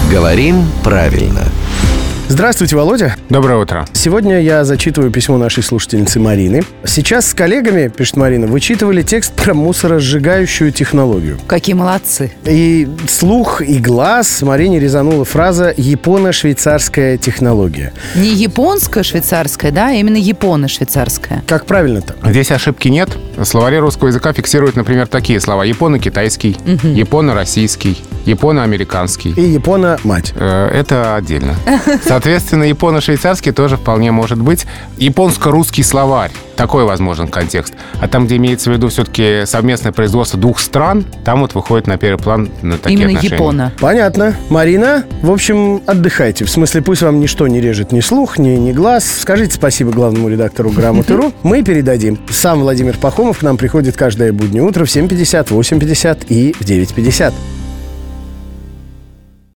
Говорим правильно. Здравствуйте, Володя. Доброе утро. Сегодня я зачитываю письмо нашей слушательницы Марины. Сейчас с коллегами, пишет Марина, вычитывали текст про мусоросжигающую технологию. Какие молодцы. И слух, и глаз Марине резанула фраза «японо-швейцарская технология». Не японская швейцарская, да, а именно японо-швейцарская. Как правильно-то? Здесь ошибки нет. Словари русского языка фиксируют, например, такие слова: японо-китайский, японо-российский, японо-американский. И японо-мать. Это отдельно. Соответственно, японо-швейцарский тоже вполне может быть. Японско-русский словарь. Такой возможен контекст. А там, где имеется в виду все-таки совместное производство двух стран, там вот выходит на первый план на такие Именно отношения. японо. Понятно. Марина, в общем, отдыхайте. В смысле, пусть вам ничто не режет ни слух, ни глаз. Скажите спасибо главному редактору Грамоты.ру. Мы передадим. Сам Владимир Пахомов к нам приходит каждое буднее утро в 7:50, 8:50 и в 9:50.